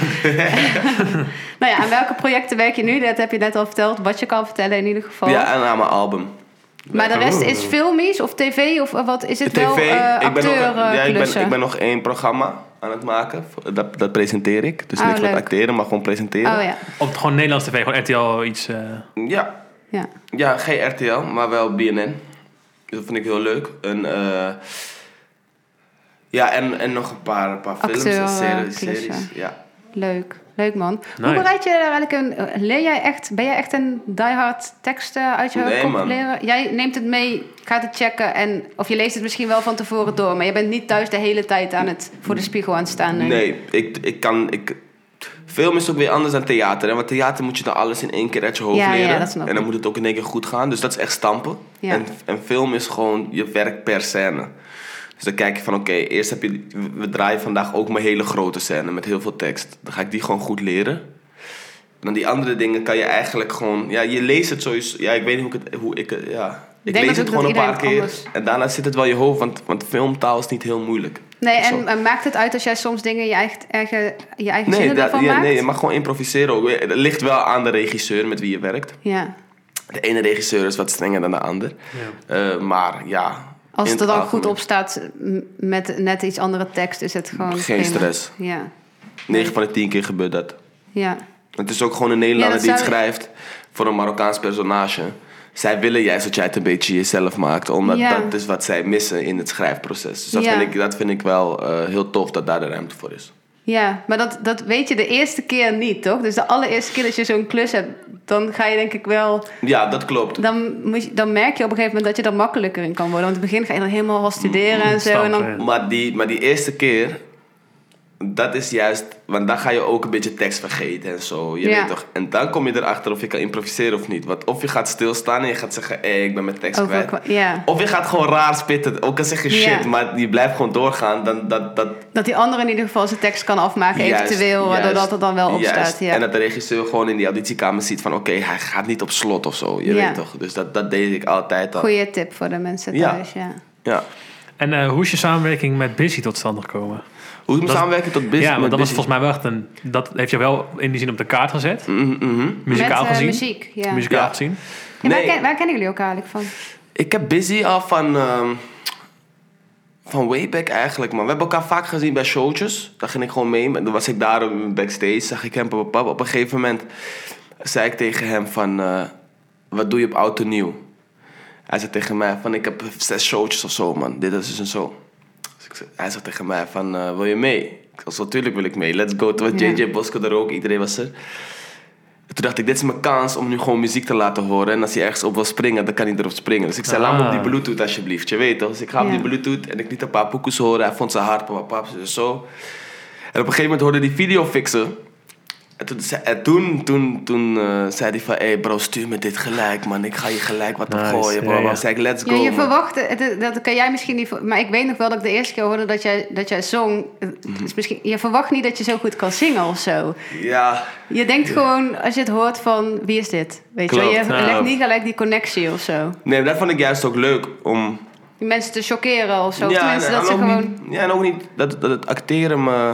Nou ja, aan welke projecten werk je nu? Dat heb je net al verteld. Wat je kan vertellen in ieder geval.
Ja, en aan mijn album.
Maar de rest is filmisch of tv? Of wat is het
TV,
wel acteurklussen?
ik ben nog 1 programma aan het maken. Dat presenteer ik. Dus niks met acteren, maar gewoon presenteren.
Oh, ja.
Op gewoon Nederlands tv, gewoon RTL iets...
Ja, geen RTL, maar wel BNN. Dat vind ik heel leuk. En nog een paar films en series. Ja.
Leuk man.
Nice.
Hoe bereid je daar eigenlijk ben jij echt een diehard teksten uit je kop leren? Jij neemt het mee, gaat het checken of je leest het misschien wel van tevoren door, maar je bent niet thuis de hele tijd aan het voor de spiegel aan het staan.
Nee, film is ook weer anders dan theater. Hè? Want theater moet je dan alles in 1 keer uit je hoofd leren.
Ja, dat snap ik.
En dan moet het ook in 1 keer goed gaan. Dus dat is echt stampen.
Ja.
En film is gewoon, je werkt per scène. Dus dan kijk je van, eerst we draaien vandaag ook mijn hele grote scène met heel veel tekst. Dan ga ik die gewoon goed leren. En dan die andere dingen kan je eigenlijk gewoon... Ja, je leest het sowieso... Ja, ik weet niet ik lees het gewoon een paar keer. Anders. En daarna zit het wel in je hoofd, want filmtaal is niet heel moeilijk.
Nee, en maakt het uit als jij soms dingen je eigen zinnen ervan maakt?
Nee, je mag gewoon improviseren ook. Het ligt wel aan de regisseur met wie je werkt.
Ja.
De ene regisseur is wat strenger dan de ander. Ja. Maar ja...
Als het er dan goed op staat met net iets andere tekst, is het gewoon...
Geen stress.
Ja.
9 van de 10 keer gebeurt dat.
Ja.
Het is ook gewoon een Nederlander die het schrijft voor een Marokkaans personage. Zij willen juist dat jij het een beetje jezelf maakt. Omdat dat is wat zij missen in het schrijfproces. Dus dat vind ik wel heel tof dat daar de ruimte voor is.
Ja, maar dat weet je de eerste keer niet, toch? Dus de allereerste keer dat je zo'n klus hebt, dan ga je denk ik wel...
Ja, dat klopt.
Dan merk je op een gegeven moment dat je er makkelijker in kan worden. Want in het begin ga je dan helemaal wat studeren en zo. En dan...
Maar die eerste keer... Dat is juist... Want dan ga je ook een beetje tekst vergeten en zo. Je weet toch? En dan kom je erachter of je kan improviseren of niet. Want of je gaat stilstaan en je gaat zeggen... ik ben mijn tekst kwijt. Of je gaat gewoon raar spitten. Ook al zeg je shit, maar je blijft gewoon doorgaan.
Dat die andere in ieder geval zijn tekst kan afmaken eventueel. Waardoor dat er dan wel op staat. Ja.
En dat de regisseur gewoon in die auditiekamer ziet van... Hij gaat niet op slot of zo. Je weet toch? Dus dat deed ik altijd al.
Goeie tip voor de mensen thuis,
ja.
En hoe is je samenwerking met Busy tot stand gekomen?
Hoe is mijn samenwerking tot Busy?
Ja, want dat was volgens mij wel echt dat heeft je wel in die zin op de kaart gezet. Muzikaal
met,
gezien.
Muziek, ja.
Muzikaal gezien.
Ja, waar kennen jullie elkaar eigenlijk van?
Ik heb Busy al van way back eigenlijk, man. We hebben elkaar vaak gezien bij showtjes. Daar ging ik gewoon mee. Dan was ik daar backstage, zag ik hem. Op een gegeven moment zei ik tegen hem van... wat doe je op Oud en Nieuw? Hij zei tegen mij van... ik heb 6 showtjes of zo, man. Dit is dus en zo. Dus hij zegt tegen mij van, wil je mee? Ik zei, natuurlijk wil ik mee. Let's go. Toen was JJ Bosco er ook. Iedereen was er. En toen dacht ik, dit is mijn kans om nu gewoon muziek te laten horen. En als hij ergens op wil springen, dan kan hij erop springen. Dus ik zei, laat me op die Bluetooth alsjeblieft. Je weet toch? Dus ik ga op die Bluetooth en ik liet een paar poekoes horen. Hij vond ze hard, pap, zo. En op een gegeven moment hoorde hij video fixen. En toen zei hij van... Hey bro, stuur me dit gelijk, man. Ik ga je gelijk wat opgooien. Bro. Zei ik, let's go.
Ja, je verwachtte... Dat kan jij misschien niet... Maar ik weet nog wel dat ik de eerste keer hoorde dat jij zong. Dus misschien, je verwacht niet dat je zo goed kan zingen of zo.
Ja.
Je denkt gewoon, als je het hoort van... Wie is dit? Weet je, je legt niet gelijk die connectie of zo.
Nee, dat vond ik juist ook leuk. Om
die mensen te chockeren of zo.
Ja,
Tenminste, dat ze gewoon...
en ook niet dat het acteren me...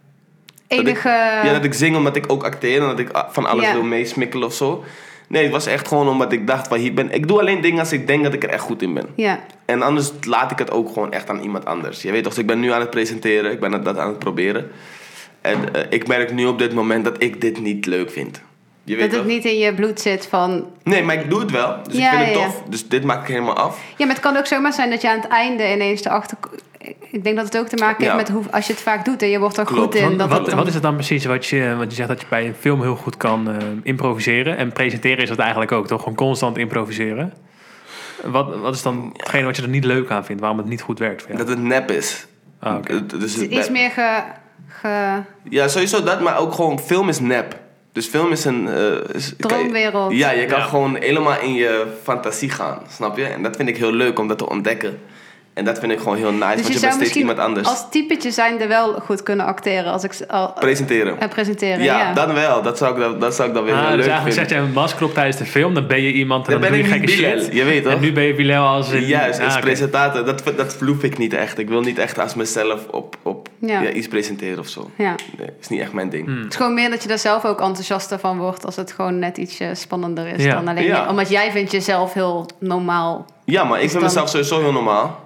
Dat ik zing omdat ik ook acteer en dat ik van alles wil meesmikkelen of zo. Nee, het was echt gewoon omdat ik dacht van ik doe alleen dingen als ik denk dat ik er echt goed in ben.
Ja.
En anders laat ik het ook gewoon echt aan iemand anders. Je weet toch, ik ben nu aan het presenteren, ik ben dat aan het proberen. En ik merk nu op dit moment dat ik dit niet leuk vind. Je weet
dat het niet in je bloed zit van...
Nee, maar ik doe het wel. Dus ik vind het tof. Dus dit maak ik helemaal af.
Ja, maar het kan ook zomaar zijn dat je aan het einde ineens erachter... Ik denk dat het ook te maken heeft met als je het vaak doet en je wordt er goed in.
Wat is het dan precies wat je zegt dat je bij een film heel goed kan improviseren? En presenteren is dat eigenlijk ook, toch? Gewoon constant improviseren. Wat is dan hetgene wat je er niet leuk aan vindt? Waarom het niet goed werkt voor jou?
Dat het nep is.
Ah, okay.
Dus het is iets meer
Ja, sowieso dat, maar ook gewoon film is nep. Dus film is een...
droomwereld.
Je kan gewoon helemaal in je fantasie gaan, snap je? En dat vind ik heel leuk om dat te ontdekken. En dat vind ik gewoon heel nice, dus want je bent steeds iemand anders.
Als typetje zijn er wel goed kunnen acteren.
Presenteren.
Presenteren,
ja. Dan wel. Dat zou ik dan weer heel leuk
dus eigenlijk
vinden.
zet je een masker op tijdens de film, dan ben je iemand en dan doe je gekke shit.
Je weet toch?
En nu ben je Bilal als een...
Juist, als presentator. Dat vloef ik niet echt. Ik wil niet echt als mezelf op iets presenteren of zo. Ja. Nee, is niet echt mijn ding.
Het is gewoon meer dat je daar zelf ook enthousiaster van wordt als het gewoon net iets spannender is dan alleen omdat jij vindt jezelf heel normaal.
Ja, maar ik vind mezelf sowieso heel normaal.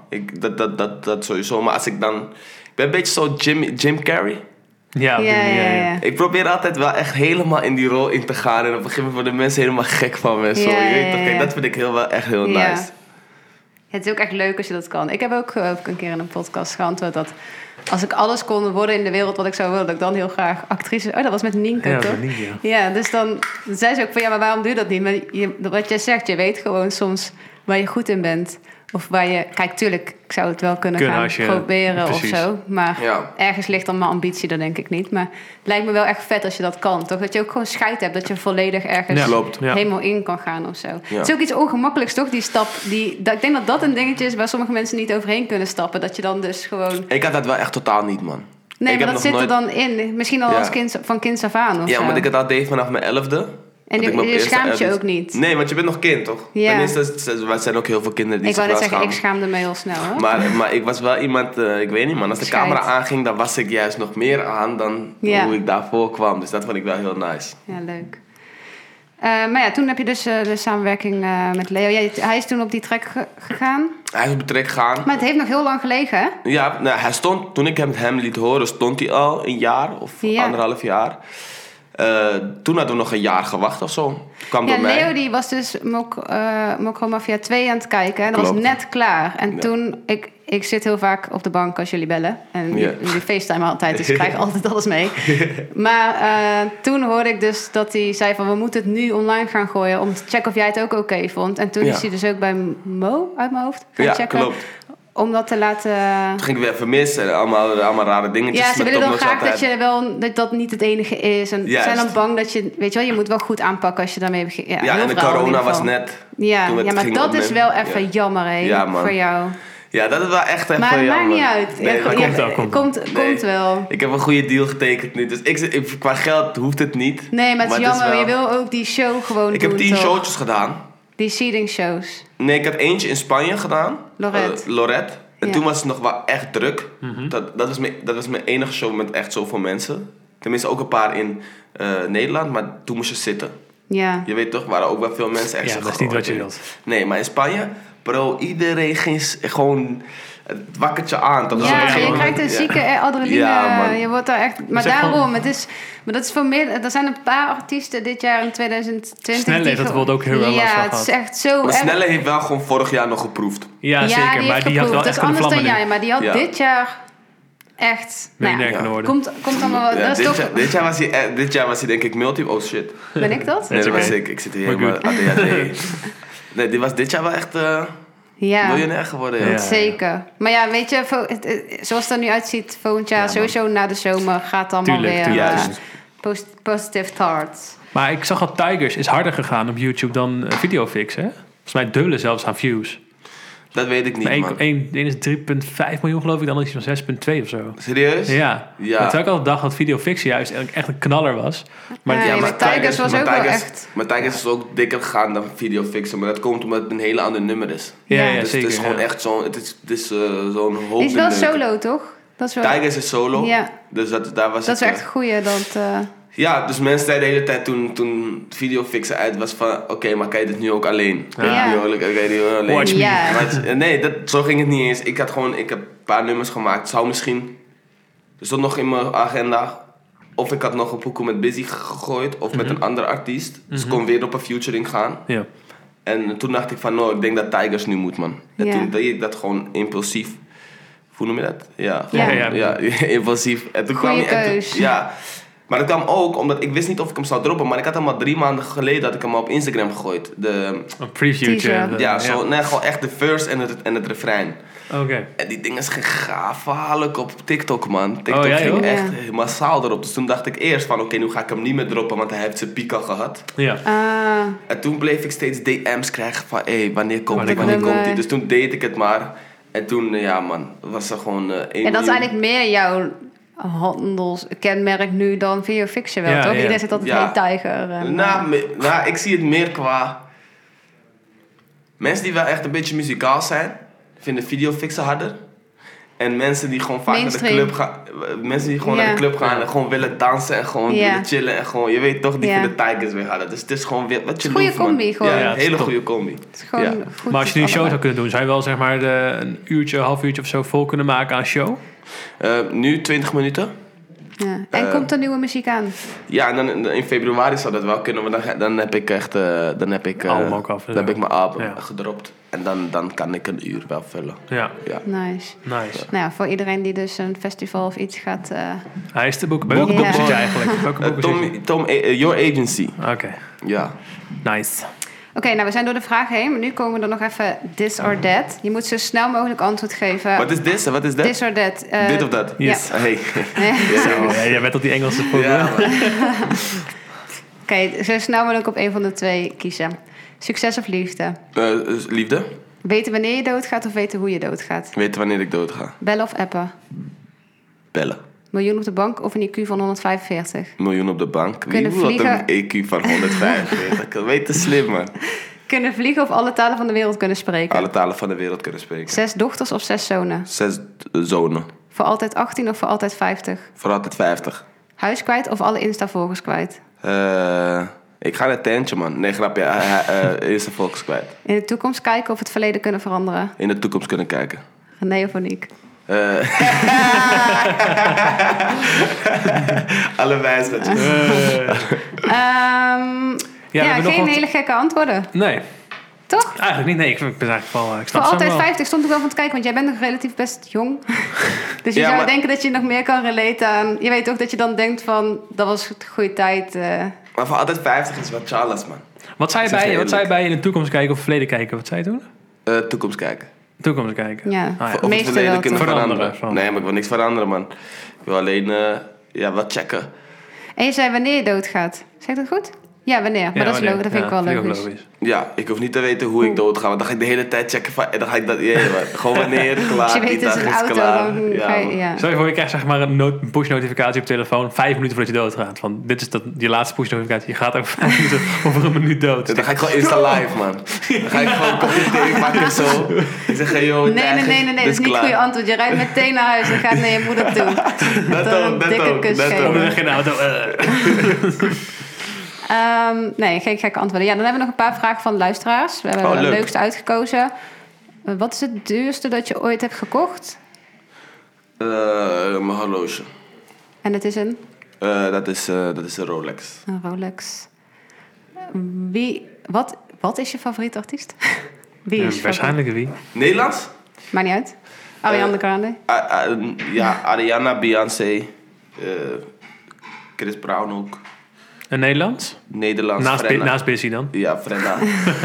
Dat sowieso. Maar als ik dan... Ik ben een beetje zo Jim Carrey.
Ja.
Ik probeer altijd wel echt helemaal in die rol in te gaan. En op een gegeven moment worden mensen helemaal gek van me. Zo. Je weet toch, kijk, dat vind ik echt heel nice.
Het is ook echt leuk als je dat kan. Ik heb ook een keer in een podcast geantwoord dat... Als ik alles kon worden in de wereld wat ik zou willen... dat ik dan heel graag actrice... Oh, dat was met Nienke, toch? Ja, dus dan zei ze ook van... Ja, maar waarom doe je dat niet? Maar wat jij zegt, je weet gewoon soms waar je goed in bent. Of waar je... Kijk, tuurlijk, ik zou het wel kunnen gaan proberen of zo. Maar ergens ligt dan mijn ambitie, dat denk ik niet. Maar het lijkt me wel echt vet als je dat kan, toch? Dat je ook gewoon scheid hebt. Dat je volledig ergens helemaal in kan gaan of zo. Ja. Het is ook iets ongemakkelijks, toch? Die stap. Ik denk dat dat een dingetje is waar sommige mensen niet overheen kunnen stappen. Dat je dan dus gewoon...
Ik had dat wel echt totaal niet, man.
Nee, maar dat zit er dan in. Misschien al als van kinds af aan of zo.
Omdat ik het al deed vanaf mijn 11e.
En je schaamt je ook niet.
Nee, want je bent nog kind, toch? Ja. Tenminste, er zijn ook heel veel kinderen die zich wel schamen.
Ik schaamde me heel snel, hoor.
Maar ik was wel iemand, ik weet niet, man. Als de camera aanging, dan was ik juist nog meer aan dan hoe ik daarvoor kwam. Dus dat vond ik wel heel nice.
Ja, leuk. Maar toen heb je dus de samenwerking met Leo. Hij is toen op die track gegaan.
Hij is op de track gegaan.
Maar het heeft nog heel lang gelegen, hè?
Ja, hij stond, toen ik hem liet horen, stond hij al een jaar of 1,5 jaar. Toen hadden we nog een jaar gewacht of zo.
Leo die was dus Mokro Mafia 2 aan het kijken. En dat was net klaar. En toen... Ik zit heel vaak op de bank als jullie bellen. En jullie facetimen altijd, dus ik krijg altijd alles mee. Maar toen hoorde ik dus dat hij zei van... we moeten het nu online gaan gooien om te checken of jij het ook oké vond. En toen is hij dus ook bij Mo uit mijn hoofd gaan checken.
Klopt.
Om dat te laten...
Toen ging ik weer vermissen en allemaal rare dingetjes.
Ja, ze willen dan graag dat niet het enige is. En ze zijn dan bang dat je... Weet je wel, je moet wel goed aanpakken als je daarmee begint.
Ja, en de corona was net...
Ja, maar dat is wel even jammer, hè, voor jou.
Ja, dat is wel echt even
jammer. Maar het maakt niet uit.
Komt
wel.
Ik heb een goede deal getekend nu. Dus qua geld hoeft het niet.
Nee, maar het is jammer. Je wil ook die show gewoon doen.
Ik heb 10 showtjes gedaan.
Die seeding shows.
Nee, ik had eentje in Spanje gedaan. Lorette. En toen was het nog wel echt druk. Mm-hmm. Dat was mijn enige show met echt zoveel mensen. Tenminste ook een paar in Nederland. Maar toen moest je zitten.
Ja.
Je weet toch, waren ook wel veel mensen echt.
Ja, dat is niet wat je wilt.
Nee, maar in Spanje... Bro, iedereen ging gewoon het wakkertje aan.
Dat je krijgt een zieke adrenaline. Ja, je wordt daar echt... Maar daarom, maar dat is voor meer... Er zijn een paar artiesten dit jaar in 2020...
Snelle heeft dat wordt ook heel erg
het is echt zo...
Maar Snelle heeft wel gewoon vorig jaar nog geproefd.
Ja, zeker.
die
Maar
heeft
die had wel
geproefd.
echt
Dat is
kunnen
anders dan
vlammen
jij, maar die had
Ja.
dit jaar echt...
Miljonair
Ja.
kunnen worden.
Komt allemaal...
Ja,
dat is toch...
dit jaar was hij denk ik multi... Oh shit.
Ben ik dat?
Nee, dat
oké.
was ik zit hier
Maar
helemaal... Nee, die was dit jaar wel echt
Ja.
miljonair geworden. Ja.
Ja.
Zeker. Maar ja, weet je, zoals het er nu uitziet, volgend jaar
Ja, man.
sowieso na de zomer gaat allemaal
Tuurlijk,
weer
tuurlijk.
Juist.
positive thoughts.
Maar ik zag al Tigers is harder gegaan op YouTube dan Videofix, hè? Volgens mij dubbele zelfs aan views.
Dat weet ik niet,
Maar
man.
de ene is 3,5 miljoen geloof ik, de andere is van 6,2 of zo.
Serieus?
Ja.
Ja.
Terwijl ik altijd dacht dat Videofix juist echt een knaller was. Maar
Ja, maar Tigers was ook wel echt...
Maar Tigers is ook dikker gegaan dan Videofixen. Maar dat komt omdat het een hele ander nummer is.
ja,
Ja.
ja,
Dus
zeker.
het is gewoon
ja.
echt zo'n... Het is zo'n hoop...
Die is wel solo, toch? Dat is wel,
Tigers is solo.
Ja.
Dus daar was
dat is
het,
echt een goeie. Dat,
Ja, dus mensen zeiden de hele tijd toen Videofixen uit was van... Oké, maar kan je dit nu ook alleen?
Ja.
Kan je dit nu alleen?
Watch me.
Ja.
Maar nee, zo ging het niet eens. Ik heb een paar nummers gemaakt. Zou misschien... Er stond nog in mijn agenda... Of ik had nog een pokoe met Busy gegooid. Of met een andere artiest. Dus ik kon weer op een featuring gaan.
Ja.
En toen dacht ik van... Nou, ik denk dat Tigers nu moet, man. En
Ja.
toen deed ik dat gewoon impulsief. Hoe noem je dat? Ja,
Ja.
gewoon, ja, impulsief. En toen
Goeie
kwam hij...
keus.
Ja. Maar dat kwam ook omdat ik wist niet of ik hem zou droppen. Maar ik had hem al 3 maanden geleden dat ik hem al op Instagram gegooid.
Een previewtje.
Teaser.
Ja, nee, gewoon echt de verse en het refrein.
Oké.
En die dingen zijn gaaf verhaallijk op TikTok, man. TikTok
Oh, ja,
ging
joh?
echt
Ja.
massaal erop. Dus toen dacht ik eerst van, oké, nu ga ik hem niet meer droppen, want hij heeft zijn piek al gehad.
Ja.
En toen bleef ik steeds DM's krijgen van, wanneer komt
Wanneer
hij, wanneer
komt
komt hij?
hij?
Dus toen deed ik het maar. En toen, ja man, was er gewoon 1 miljoen.
en dat is eigenlijk meer jouw handelskenmerk nu dan Videofiction wel,
Ja,
toch?
ja.
Iedereen zit altijd
Ja.
hey Tiger. En,
Nou, ik zie het meer qua... Mensen die wel echt een beetje muzikaal zijn, vinden Videofixen harder. En mensen die gewoon vaak
Mainstream.
naar de club gaan... Mensen die gewoon
Ja.
naar de club gaan en gewoon willen dansen en gewoon
Ja.
willen chillen. En gewoon, je weet toch, die
Ja.
vinden Tigers weer harder. Dus het is gewoon weer wat je
Goeie
doet, man.
combi gewoon.
Ja,
Ja,
een
het is
hele
top.
goede combi.
het is gewoon
Ja.
goed.
Maar als je nu een show
allebei.
zou kunnen doen, zou je wel zeg maar een uurtje, een half uurtje of zo vol kunnen maken aan show?
Nu 20 minuten.
Ja. En komt er nieuwe muziek aan?
Ja, en dan in februari zou dat wel kunnen, maar dan heb ik echt... dan heb ik,
Album ook af,
dan heb ik mijn album
Ja.
gedropt. En dan kan ik een uur wel vullen.
Ja,
Ja.
Nice.
nice.
Nou ja, voor iedereen die dus een festival of iets gaat...
Hij is te boeken. Bij welke
Ja.
boeken zit je eigenlijk? Welke boeken zit je?
Tom, Your Agency.
Oké,
Ja.
nice.
Oké, nou we zijn door de vragen heen, maar nu komen er nog even this or that. Je moet zo snel mogelijk antwoord geven.
Wat is dit? Wat is dat?
This or that.
Dit of dat?
Yes.
Hey.
Zo, ja, jij bent op die Engelse poep.
Ja, man.
Oké, zo snel mogelijk op een van de twee kiezen. Succes of liefde?
Liefde.
Weten wanneer je doodgaat of weten hoe je doodgaat?
Weten wanneer ik dood ga.
Bellen of appen?
Bellen.
Miljoen op de bank of een IQ van 145?
Miljoen op de bank.
Kunnen
Wie wil
vliegen.
een EQ van 145? Dat weet te slim, man.
Kunnen vliegen of alle talen van de wereld kunnen spreken?
Alle talen van de wereld kunnen spreken.
6 dochters of 6 zonen?
6 zonen.
Voor altijd 18 of voor altijd 50?
Voor altijd 50.
Huis kwijt of alle Insta-volgers kwijt?
Ik ga naar tentje, man. Nee, grapje. Eerste volks kwijt.
In de toekomst kijken of het verleden kunnen veranderen?
In de toekomst kunnen kijken.
René of Aniek?
Allebei, schatje.
we
Ja,
hebben nog
geen
wat-
hele gekke antwoorden.
Nee,
Toch?
eigenlijk niet. Nee, ik ben eigenlijk wel... Ik
Voor
snap ze
altijd
wel.
50 stond ik wel van te kijken, want jij bent nog relatief best jong. Dus je
Ja,
zou
maar-
denken dat je nog meer kan relaten aan... Je weet ook dat je dan denkt van, dat was een goede tijd.
Maar voor altijd 50 is wat Charles, man.
Wat zei je
Zeg je
bij,
eerlijk.
in de toekomst kijken of verleden kijken? Wat zei je toen?
Toekomst kijken.
Toekomst kijken.
Ja.
Ah, ja.
Of het
meeste
verleden
wel,
kunnen
toch?
veranderen.
Veranderen.
Nee, maar ik wil niks veranderen, man. Ik wil alleen wat checken.
En je zei wanneer je doodgaat. Zeg ik dat goed? Ja, wanneer. Maar dat is logisch, dat vind ik wel logisch.
Ja, ik hoef niet te weten hoe ik dood ga. Want dan ga ik de hele tijd checken van... Dan ga ik dat... gewoon wanneer, klaar.
Als je
die
weet het
dag
is een
is
auto,
klaar.
dan
Ja,
ga je...
man.
Ja.
Stel je voor, je krijgt zeg maar een push-notificatie op je telefoon 5 minuten voordat je doodgaat. Van, dit is je laatste push-notificatie. Je gaat over 5 minuten over een minuut dood.
Dan ga ik gewoon Insta live, man. Dan ga ik gewoon computer, ik maak het zo. Ik zeg, hey, joh,
Nee, dat is niet het goede antwoord. Je rijdt meteen naar huis en gaat naar je moeder toe.
Dat
een dikke kus
dat
geven.
Of dan zeg je in de auto...
Nee, geen gekke antwoorden. Ja, dan hebben we nog een paar vragen van luisteraars. We hebben
Oh,
het
leuk.
leukste uitgekozen. Wat is het duurste dat je ooit hebt gekocht?
Mijn horloge.
En het is een
Dat is een Rolex.
Rolex. Wat is je favoriete artiest? Wie is
waarschijnlijk wie.
Nederlands?
Maakt niet uit. Ariana Grande.
Ja, Ariana, Beyoncé. Chris Brown ook.
Een Nederlands?
Nederlands. Frenna.
Naast Busy dan?
Ja, Frenna.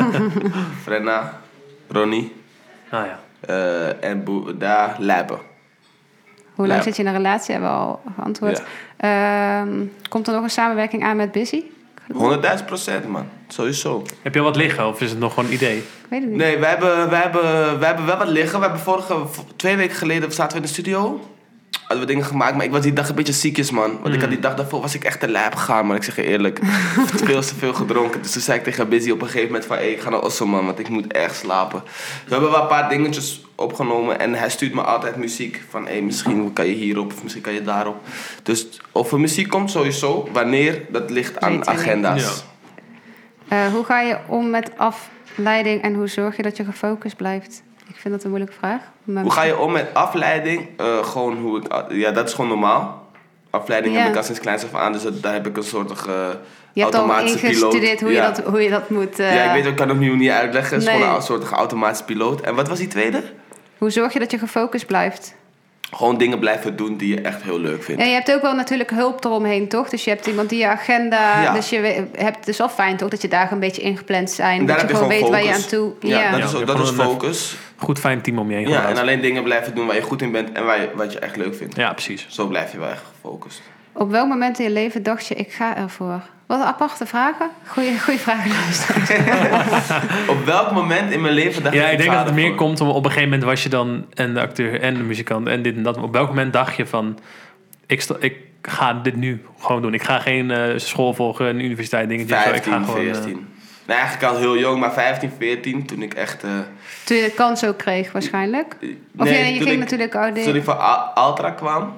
Frenna. Ronnie.
Ah ja.
En daar Lijpen.
Hoe lang
Ja.
zit je in een relatie? Hebben we al geantwoord. Komt er nog een samenwerking aan met Busy?
100.000%, man. Sowieso.
Heb je al wat liggen of is het nog gewoon een idee?
Ik weet het niet.
Nee, we hebben wel wat liggen. We hebben 2 weken geleden zaten we in de studio. Hadden we dingen gemaakt, maar ik was die dag een beetje ziekjes, man. Want ik had die dag daarvoor was ik echt te lijp gegaan, man. Ik zeg je eerlijk. Veel te veel gedronken. Dus toen zei ik tegen Busy op een gegeven moment van... Hey, ik ga naar Osso, man, want ik moet echt slapen. We hebben wel een paar dingetjes opgenomen. En hij stuurt me altijd muziek. Van, hey, misschien kan je hierop of misschien kan je daarop. Dus of er muziek komt, sowieso. Wanneer, dat ligt aan
Weet ik niet.
agenda's.
Ja.
Hoe ga je om met afleiding en hoe zorg je dat je gefocust blijft? Ik vind dat een moeilijke vraag. Maar
Hoe ga je om met afleiding? Gewoon hoe ik... Ja, dat is gewoon normaal. Afleiding
Ja.
heb ik al sinds kleins af aan. Dus daar heb ik een soort
je hebt al
automatische piloot.
ingestudeerd hoe je dat moet...
Ja, ik weet het, ik kan het opnieuw niet uitleggen. Het is
Nee.
gewoon een soort automatische piloot. En wat was die tweede?
Hoe zorg je dat je gefocust blijft?
Gewoon dingen blijven doen die je echt heel leuk vindt.
Ja, je hebt ook wel natuurlijk hulp eromheen, toch? Dus je hebt iemand die je agenda...
Ja.
Dus het is wel fijn, toch? Dat je dagen een beetje ingepland zijn.
En daar
Dat je
heb je
gewoon weet
gewoon
waar je
focus.
aan toe...
Ja, dat
Ja,
is,
je
dat
hebt
is
gewoon een
focus.
Goed fijn team om je heen.
Ja,
gehad.
en alleen dingen blijven doen waar je goed in bent en wat je echt leuk vindt.
Ja, precies.
Zo blijf je wel echt gefocust.
Op welk moment in je leven dacht je, ik ga ervoor? Wat een aparte vragen. Goeie vragen, luisteraars.
Op welk moment in mijn leven dacht
Ja, ik denk
ga
dat het meer
ervoor?
komt om op een gegeven moment was je dan en de acteur en de muzikant en dit en dat. Op welk moment dacht je van, ik ga dit nu gewoon doen. Ik ga geen school volgen, een universiteit dingetjes.
15,
ik ga gewoon,
14. Nee, eigenlijk al heel jong, maar 15, 14 toen ik echt...
Toen je de kans ook kreeg, waarschijnlijk. Of
nee,
je
toen
ging
ik-
natuurlijk auderen.
Toen ik van Altra kwam...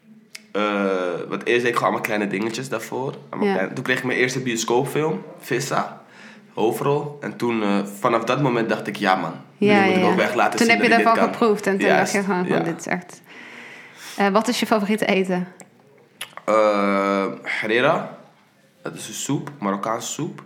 want eerst deed ik gewoon allemaal kleine dingetjes daarvoor.
Ja.
Toen kreeg ik mijn eerste bioscoopfilm, Vissa. Hoofdrol. En toen, vanaf dat moment dacht ik, ja man. Nu moet ik ook weg laten
Toen
zien
heb je
dat ik
daarvan
dit kan.
geproefd en toen
Juist,
dacht je gewoon van,
ja.
dit is echt... wat is je favoriete eten?
Herrera. Dat is een soep, Marokkaanse soep.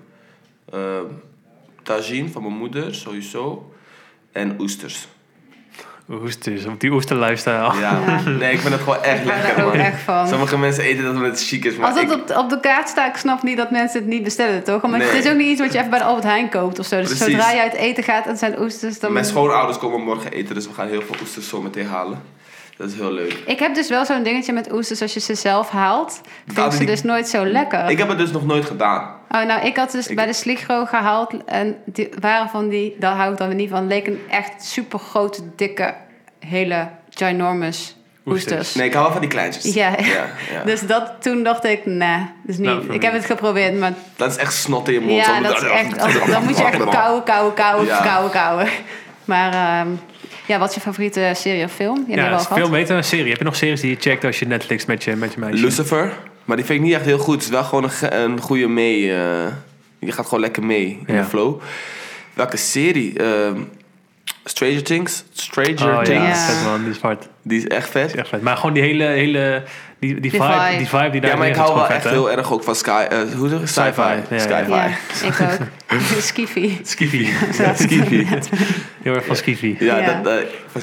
Tagine van mijn moeder, sowieso. En oesters.
Oesters, op die oesterlifestyle.
Ja. Nee, ik vind het gewoon echt
Ik hou
lekker,
daar ook
man.
echt van.
Sommige mensen eten dat omdat het chic is, maar
Als dat op de kaart staat, ik snap niet dat mensen het niet bestellen, toch? Omdat
Nee.
het is ook niet iets wat je even bij de Albert Heijn koopt of zo. Dus
Precies.
zodra je uit eten gaat en het zijn oesters, dan...
Mijn schoonouders komen morgen eten, dus we gaan heel veel oesters zo meteen halen. Dat is heel leuk.
Ik heb dus wel zo'n dingetje met oesters als je ze zelf haalt. Vind ik ze
die-
dus nooit zo lekker.
Ik heb het dus nog nooit gedaan.
Oh, nou, ik had dus bij de Sligro gehaald. En die waren van die, daar hou ik dan weer niet van. Leek een echt super grote, dikke, hele ginormous oesters.
Nee, ik hou wel van die kleintjes.
Ja.
ja.
Dus toen dacht ik, nee, dus niet.
Nou, voor
ik
mij.
heb het geprobeerd, maar
Dat is echt snot in je mond.
ja,
Zo-
dat is echt, dan moet je echt kauwen. Maar wat is je favoriete serie of film? Die heb je
Ja,
wel
veel
gehad.
beter een serie. Heb je nog series die je checkt als je Netflix met je meisje?
Lucifer. Maar die vind ik niet echt heel goed. Het is wel gewoon een goede mee. Je gaat gewoon lekker mee in
Ja.
de flow. Welke serie? Stranger Things.
Oh
Things.
ja,
Ja.
vet man, die is hard.
Die is echt vet.
Die is echt vet. Maar gewoon die hele die vibe die daar
Ja, maar ik
neer
hou
is
wel
gewoon
echt
vet, hè?
heel erg ook van hoe zeg je?
Sci-fi. Ja,
Sci-fi.
Ja, ik ook. Skiffy.
Skiffy.
Skiffy.
Heel erg van Skiffy.
Ja,
Ja.
van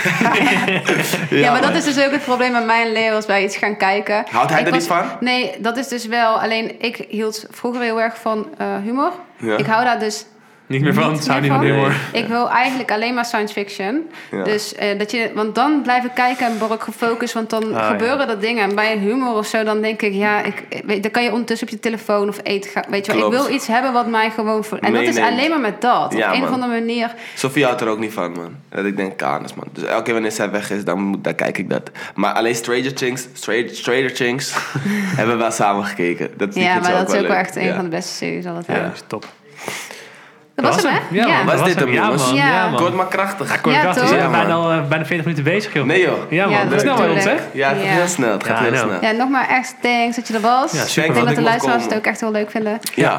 Ja, maar dat is dus ook het probleem met mij en Leo als wij iets gaan kijken.
Houdt hij
Ik
er niet van?
Nee, dat is dus wel... Alleen, ik hield vroeger heel erg van humor.
Ja.
Ik hou daar dus
Niet meer van,
niet
zou niet
meer
van
van.
humor.
Ik wil eigenlijk alleen maar science fiction.
Ja.
Dus want dan blijf ik kijken en word ik gefocust. Want dan gebeuren er dingen. En bij humor of zo, dan denk ik... dan kan je ondertussen op je telefoon of eten gaan. Weet je wel, ik
Klopt.
wil iets hebben wat mij gewoon... En dat is
Meeneemt.
alleen maar met dat.
Ja,
op een of
man.
andere manier.
Sophie houdt er ook niet van, man. Dat ik denk, kanus, man. Dus elke keer wanneer zij weg is, dan kijk ik dat. Maar alleen Stranger Things hebben we wel samen gekeken. Die
Ja,
vindt ze
maar dat is ook
leuk.
wel echt een
Ja.
van de beste series altijd.
Ja.
Ja, is top.
Dat was hem, hè?
Ja, man,
Was
dat
dit
hem.
hem,
Ja,
jongens?
man.
Ja.
Ja, man.
Kort maar krachtig.
Kort
Ja,
krachtig. We
toch?
zijn
Ja, man.
bijna 40 minuten bezig, joh.
Nee, joh.
Ja, man.
Ja,
dat is
dat
snel
is
bij ons, hè?
leuk.
Ja, het gaat
Ja.
heel snel. Het gaat
Ja, I
heel
know.
snel.
Ja, nog maar echt thanks dat je er was.
Ja,
Ik
super.
denk
dat
dat
ik
de
mocht
luisteraars het
komen.
ook echt heel leuk vinden.
Ja.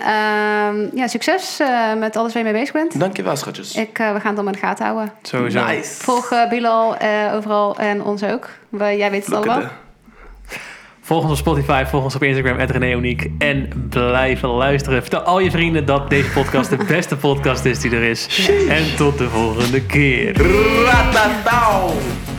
En succes met alles waar je mee bezig bent.
Dankjewel, schatjes.
We gaan het allemaal in de gaten houden.
Sowieso.
Nice.
Volg Bilal overal en ons ook. Jij weet het
Look at
allemaal.
Volg ons op Spotify, volg ons op Instagram, @RenéOniek. En blijf luisteren. Vertel al je vrienden dat deze podcast de beste podcast is die er is. En tot de volgende keer.
Ratatouw!